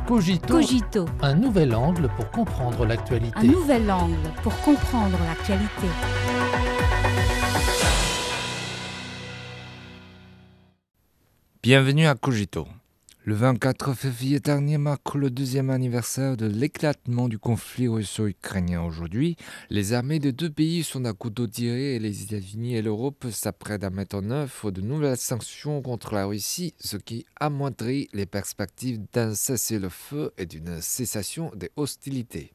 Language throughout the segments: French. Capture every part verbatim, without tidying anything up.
Cogito, Cogito, un nouvel angle pour comprendre l'actualité. un nouvel angle pour comprendre l'actualité. Bienvenue à Cogito. Le vingt-quatre février dernier marque le deuxième anniversaire de l'éclatement du conflit russo-ukrainien. Aujourd'hui, les armées des deux pays sont à couteau tiré et les États-Unis et l'Europe s'apprêtent à mettre en œuvre de nouvelles sanctions contre la Russie, ce qui amoindrit les perspectives d'un cessez-le-feu et d'une cessation des hostilités.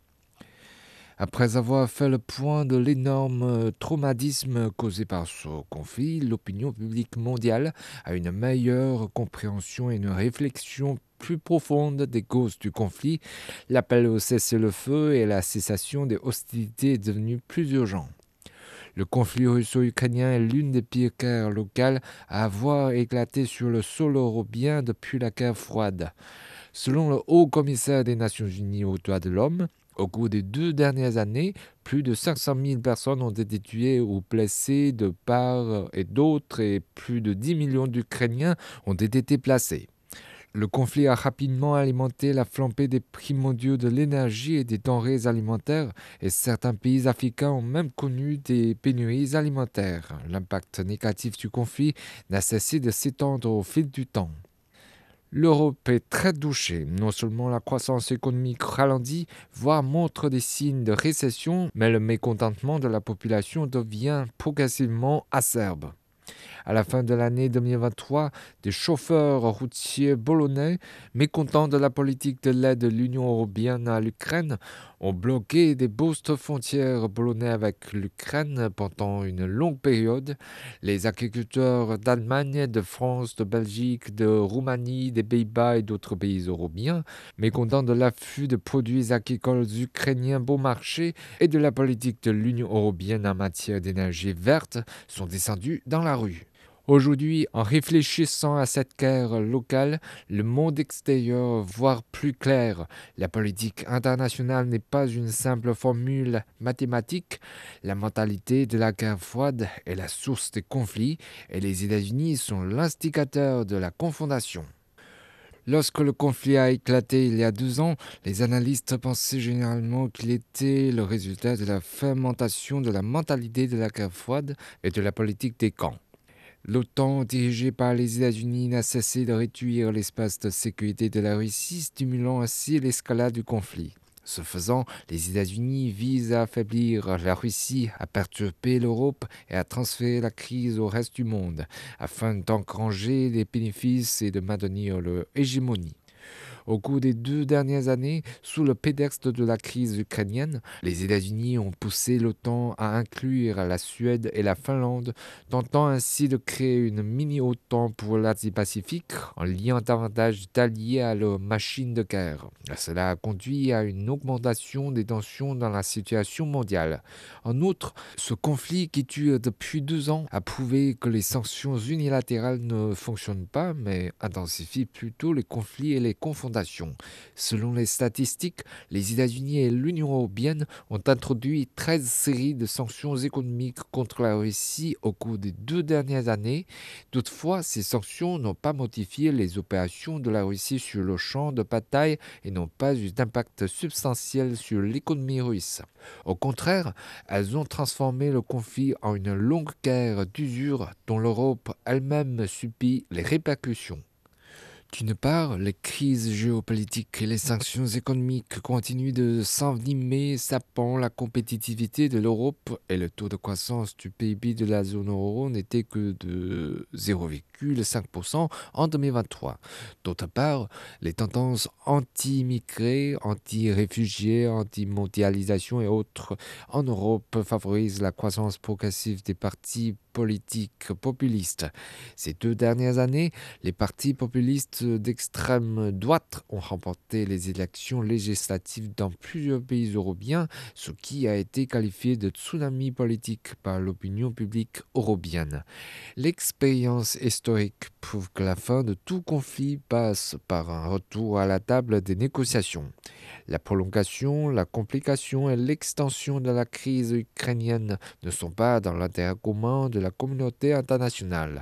Après avoir fait le point de l'énorme traumatisme causé par ce conflit, l'opinion publique mondiale a une meilleure compréhension et une réflexion plus profonde des causes du conflit. L'appel au cessez-le-feu et la cessation des hostilités est devenu plus urgent. Le conflit russo-ukrainien est l'une des pires guerres locales à avoir éclaté sur le sol européen depuis la guerre froide. Selon le Haut-Commissaire des Nations Unies aux droits de l'homme, au cours des deux dernières années, plus de cinq cent mille personnes ont été tuées ou blessées de part et d'autre et plus de dix millions d'Ukrainiens ont été déplacés. Le conflit a rapidement alimenté la flambée des prix mondiaux de l'énergie et des denrées alimentaires et certains pays africains ont même connu des pénuries alimentaires. L'impact négatif du conflit n'a cessé de s'étendre au fil du temps. L'Europe est très touchée. Non seulement la croissance économique ralentit, voire montre des signes de récession, mais le mécontentement de la population devient progressivement acerbe. À la fin de l'année deux mille vingt-trois, des chauffeurs routiers polonais, mécontents de la politique de l'aide de l'Union européenne à l'Ukraine, ont bloqué des postes frontières polonais avec l'Ukraine pendant une longue période. Les agriculteurs d'Allemagne, de France, de Belgique, de Roumanie, des Pays-Bas et d'autres pays européens, mécontents de l'afflux de produits agricoles ukrainiens bon marché et de la politique de l'Union européenne en matière d'énergie verte, sont descendus dans la rue. Aujourd'hui, en réfléchissant à cette guerre locale, le monde extérieur voit plus clair. La politique internationale n'est pas une simple formule mathématique. La mentalité de la guerre froide est la source des conflits et les États-Unis sont l'instigateur de la confrontation. Lorsque le conflit a éclaté il y a deux ans, les analystes pensaient généralement qu'il était le résultat de la fermentation de la mentalité de la guerre froide et de la politique des camps. L'OTAN, dirigée par les États-Unis, n'a cessé de réduire l'espace de sécurité de la Russie, stimulant ainsi l'escalade du conflit. Ce faisant, les États-Unis visent à affaiblir la Russie, à perturber l'Europe et à transférer la crise au reste du monde, afin d'engranger les bénéfices et de maintenir leur hégémonie. Au cours des deux dernières années, sous le prétexte de la crise ukrainienne, les États-Unis ont poussé l'OTAN à inclure la Suède et la Finlande, tentant ainsi de créer une mini-OTAN pour l'Asie-Pacifique en liant davantage d'alliés à leur machine de guerre. Cela a conduit à une augmentation des tensions dans la situation mondiale. En outre, ce conflit qui dure depuis deux ans a prouvé que les sanctions unilatérales ne fonctionnent pas, mais intensifient plutôt les conflits et les confrontations. Selon les statistiques, les États-Unis et l'Union européenne ont introduit treize séries de sanctions économiques contre la Russie au cours des deux dernières années. Toutefois, ces sanctions n'ont pas modifié les opérations de la Russie sur le champ de bataille et n'ont pas eu d'impact substantiel sur l'économie russe. Au contraire, elles ont transformé le conflit en une longue guerre d'usure dont l'Europe elle-même subit les répercussions. D'une part, les crises géopolitiques et les sanctions économiques continuent de s'envenimer, sapant la compétitivité de l'Europe et le taux de croissance du P I B de la zone euro n'était que de zéro virgule cinq pour cent en deux mille vingt-trois. D'autre part, les tendances anti-immigrés, anti-réfugiés, anti-mondialisation et autres en Europe favorisent la croissance progressive des partis politiques populistes. Ces deux dernières années, les partis populistes d'extrême droite ont remporté les élections législatives dans plusieurs pays européens, ce qui a été qualifié de tsunami politique par l'opinion publique européenne. L'expérience historique prouve que la fin de tout conflit passe par un retour à la table des négociations. La prolongation, la complication et l'extension de la crise ukrainienne ne sont pas dans l'intérêt commun de la communauté internationale.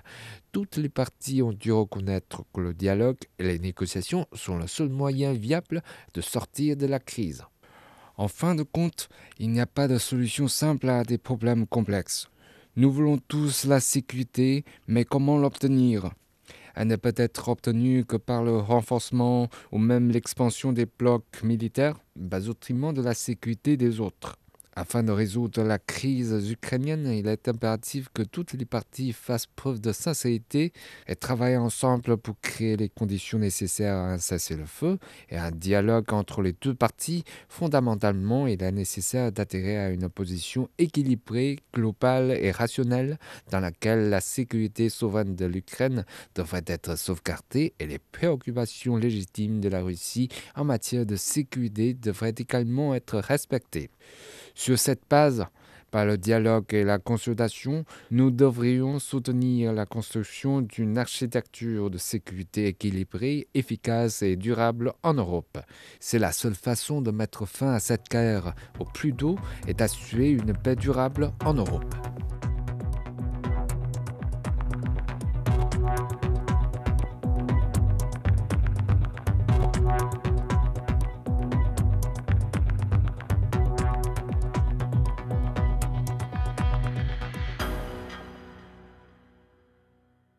toutes les parties ont dû reconnaître que le dialogue et les négociations sont le seul moyen viable de sortir de la crise. En fin de compte, il n'y a pas de solution simple à des problèmes complexes. Nous voulons tous la sécurité, mais comment l'obtenir ? Elle ne peut être obtenue que par le renforcement ou même l'expansion des blocs militaires, bas au détriment de la sécurité des autres. Afin de résoudre la crise ukrainienne, il est impératif que toutes les parties fassent preuve de sincérité et travaillent ensemble pour créer les conditions nécessaires à un cessez-le-feu et un dialogue entre les deux parties. Fondamentalement, il est nécessaire d'adhérer à une position équilibrée, globale et rationnelle dans laquelle la sécurité souveraine de l'Ukraine devrait être sauvegardée et les préoccupations légitimes de la Russie en matière de sécurité devraient également être respectées. Sur cette base, par le dialogue et la consultation, nous devrions soutenir la construction d'une architecture de sécurité équilibrée, efficace et durable en Europe. C'est la seule façon de mettre fin à cette guerre au plus tôt et d'assurer une paix durable en Europe.